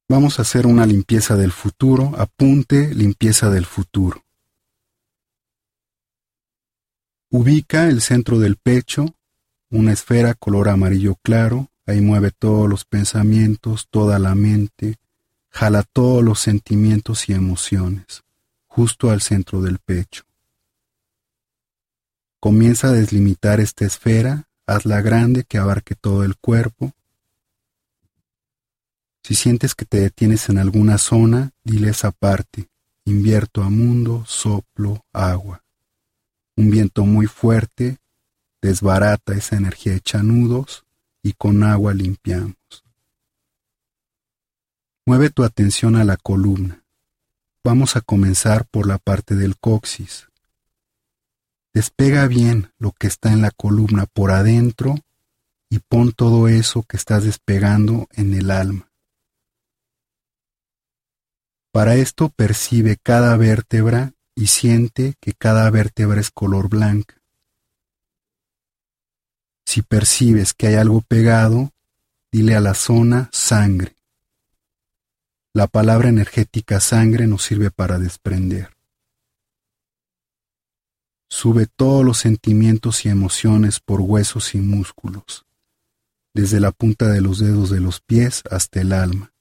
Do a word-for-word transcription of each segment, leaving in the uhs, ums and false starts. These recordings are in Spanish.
Vamos a hacer una limpieza del futuro. Apunte, limpieza del futuro. Ubica el centro del pecho, una esfera color amarillo claro. Ahí mueve todos los pensamientos, toda la mente. Jala todos los sentimientos y emociones, justo al centro del pecho. Comienza a deslimitar esta esfera, hazla grande que abarque todo el cuerpo. Si sientes que te detienes en alguna zona, dile esa parte: invierto a mundo, soplo, agua. Un viento muy fuerte desbarata esa energía hecha nudos y con agua limpiamos. Mueve tu atención a la columna. Vamos a comenzar por la parte del coxis. Despega bien lo que está en la columna por adentro y pon todo eso que estás despegando en el alma. Para esto percibe cada vértebra y siente que cada vértebra es color blanca. Si percibes que hay algo pegado, dile a la zona sangre. La palabra energética sangre nos sirve para desprender. Sube todos los sentimientos y emociones por huesos y músculos, desde la punta de los dedos de los pies hasta el alma.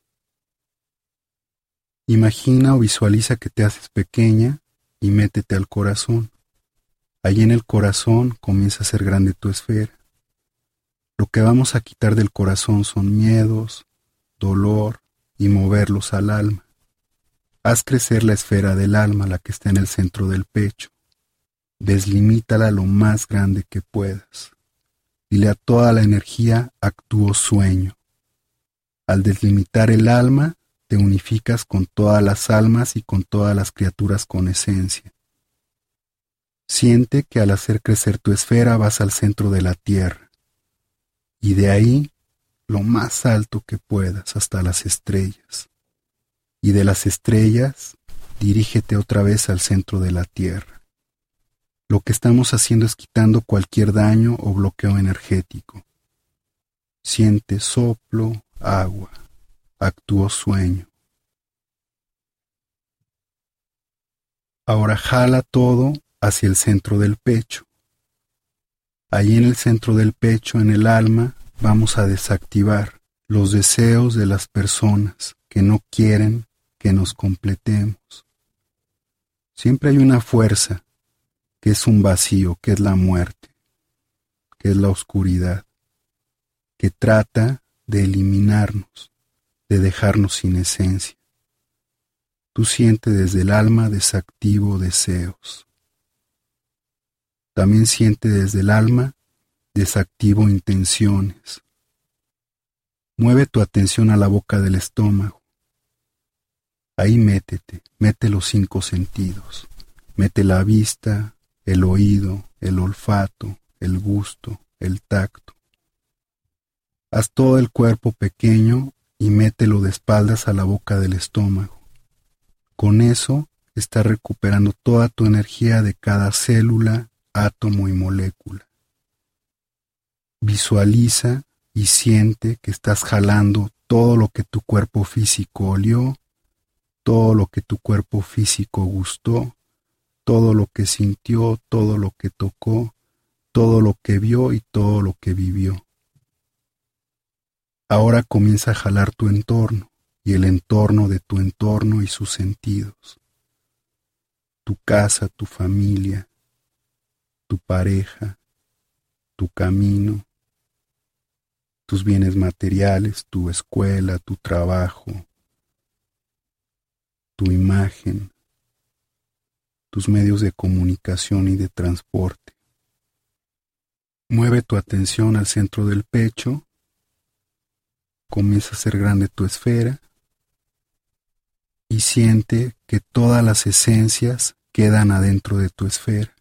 Imagina o visualiza que te haces pequeña y métete al corazón. Allí en el corazón comienza a ser grande tu esfera. Lo que vamos a quitar del corazón son miedos, dolor, y moverlos al alma. Haz crecer la esfera del alma, la que está en el centro del pecho. Deslimítala lo más grande que puedas. Dile a toda la energía: actúo sueño. Al deslimitar el alma, te unificas con todas las almas y con todas las criaturas con esencia. Siente que al hacer crecer tu esfera vas al centro de la tierra. Y de ahí, lo más alto que puedas, hasta las estrellas. Y de las estrellas, dirígete otra vez al centro de la tierra. Lo que estamos haciendo es quitando cualquier daño o bloqueo energético. Siente soplo, agua. Actúo sueño. Ahora jala todo hacia el centro del pecho. Allí en el centro del pecho, en el alma, vamos a desactivar los deseos de las personas que no quieren que nos completemos. Siempre hay una fuerza que es un vacío, que es la muerte, que es la oscuridad, que trata de eliminarnos, de dejarnos sin esencia. Tú sientes desde el alma: desactivo deseos. También siente desde el alma: desactivo intenciones. Mueve tu atención a la boca del estómago. Ahí métete, mete los cinco sentidos. Mete la vista, el oído, el olfato, el gusto, el tacto. Haz todo el cuerpo pequeño y mételo de espaldas a la boca del estómago. Con eso estás recuperando toda tu energía de cada célula, átomo y molécula. Visualiza y siente que estás jalando todo lo que tu cuerpo físico olió, todo lo que tu cuerpo físico gustó, todo lo que sintió, todo lo que tocó, todo lo que vio y todo lo que vivió. Ahora comienza a jalar tu entorno y el entorno de tu entorno y sus sentidos. Tu casa, tu familia, tu pareja, tu camino, tus bienes materiales, tu escuela, tu trabajo, tu imagen, tus medios de comunicación y de transporte. Mueve tu atención al centro del pecho, comienza a ser grande tu esfera y siente que todas las esencias quedan adentro de tu esfera.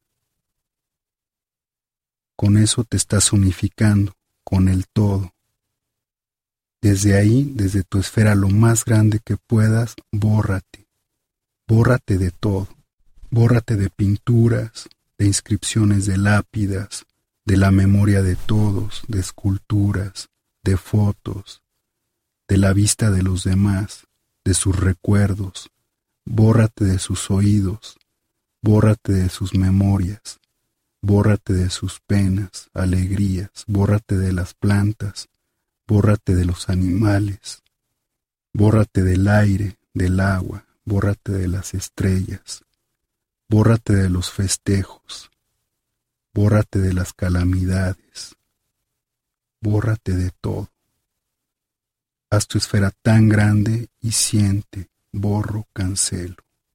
Con eso te estás unificando con el todo. Desde ahí, desde tu esfera lo más grande que puedas, bórrate. Bórrate de todo. Bórrate de pinturas, de inscripciones de lápidas, de la memoria de todos, de esculturas, de fotos, de la vista de los demás, de sus recuerdos, bórrate de sus oídos, bórrate de sus memorias, bórrate de sus penas, alegrías, bórrate de las plantas, bórrate de los animales, bórrate del aire, del agua, bórrate de las estrellas, bórrate de los festejos, bórrate de las calamidades, bórrate de todo. Haz tu esfera tan grande y siente, borro, cancelo.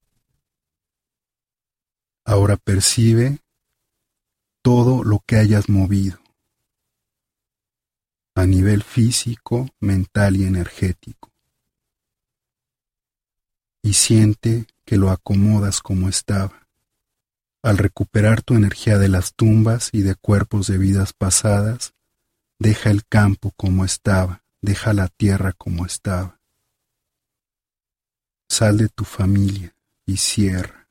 Ahora percibe todo lo que hayas movido, a nivel físico, mental y energético, y siente que lo acomodas como estaba. Al recuperar tu energía de las tumbas y de cuerpos de vidas pasadas, deja el campo como estaba, deja la tierra como estaba. Sal de tu familia y cierra.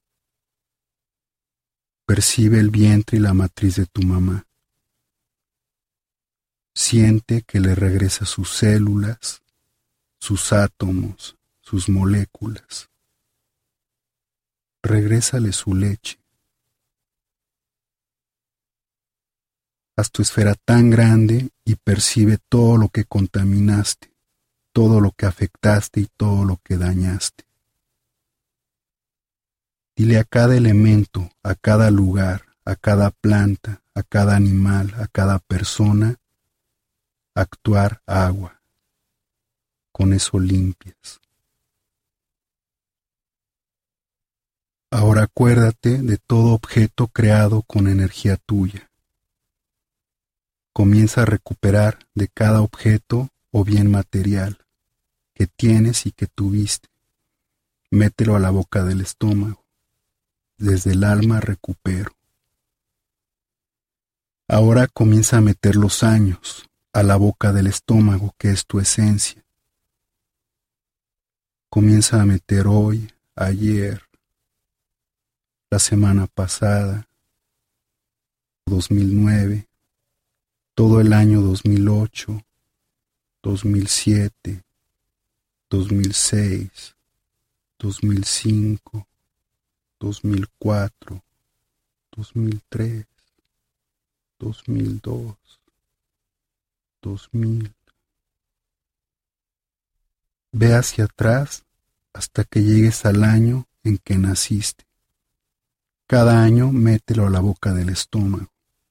Percibe el vientre y la matriz de tu mamá. Siente que le regresa sus células, sus átomos, sus moléculas. Regrésale su leche. Haz tu esfera tan grande y percibe todo lo que contaminaste, todo lo que afectaste y todo lo que dañaste. Dile a cada elemento, a cada lugar, a cada planta, a cada animal, a cada persona, actuar agua. Con eso limpias. Ahora acuérdate de todo objeto creado con energía tuya. Comienza a recuperar de cada objeto o bien material que tienes y que tuviste. Mételo a la boca del estómago. Desde el alma recupero. Ahora comienza a meter los años a la boca del estómago, que es tu esencia. Comienza a meter hoy, ayer, la semana pasada, dos mil nueve, todo el año dos mil ocho, dos mil siete, dos mil seis, dos mil cinco, dos mil cuatro, dos mil tres, dos mil dos, dos mil. Ve hacia atrás hasta que llegues al año en que naciste. Cada año mételo a la boca del estómago.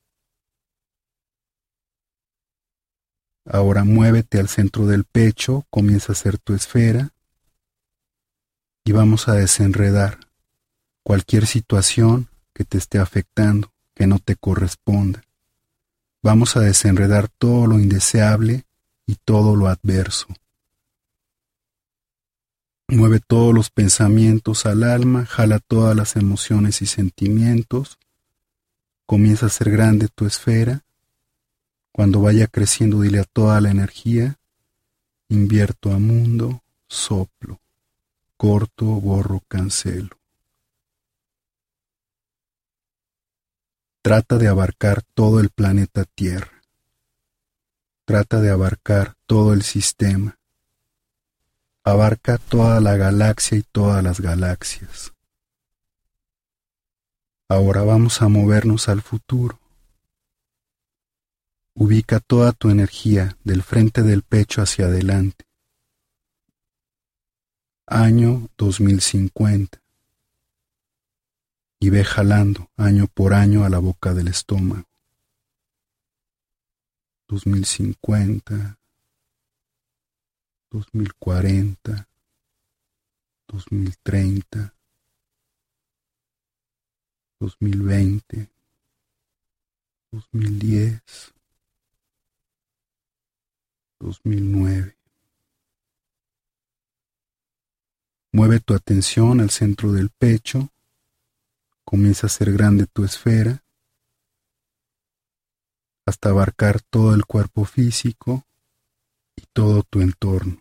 Ahora muévete al centro del pecho, comienza a hacer tu esfera y vamos a desenredar cualquier situación que te esté afectando, que no te corresponda. Vamos a desenredar todo lo indeseable y todo lo adverso. Mueve todos los pensamientos al alma, jala todas las emociones y sentimientos, comienza a hacer grande tu esfera. Cuando vaya creciendo, dile a toda la energía, invierto a mundo, soplo, corto, borro, cancelo. Trata de abarcar todo el planeta Tierra. Trata de abarcar todo el sistema. Abarca toda la galaxia y todas las galaxias. Ahora vamos a movernos al futuro. Ubica toda tu energía del frente del pecho hacia adelante. Año dos mil cincuenta. Y ve jalando año por año a la boca del estómago. dos mil cincuenta, dos mil cuarenta, dos mil treinta, dos mil veinte, dos mil diez, dos mil nueve. Mueve tu atención al centro del pecho, comienza a hacer grande tu esfera hasta abarcar todo el cuerpo físico y todo tu entorno.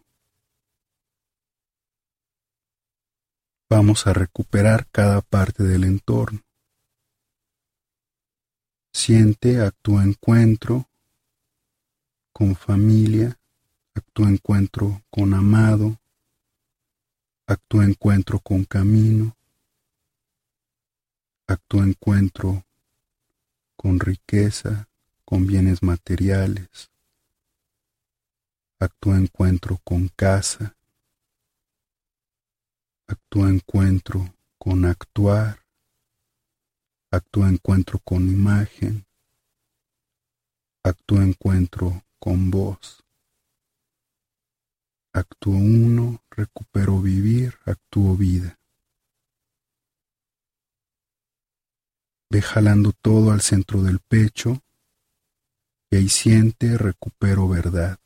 Vamos a recuperar cada parte del entorno. Siente a tu encuentro con familia, actúo encuentro con amado, actúo encuentro con camino, actúo encuentro con riqueza, con bienes materiales, actúo encuentro con casa, actúo encuentro con actuar, actúo encuentro con imagen, actúo encuentro con voz. Actúo uno, recupero vivir, actúo vida. Ve jalando todo al centro del pecho y ahí siente, recupero verdad.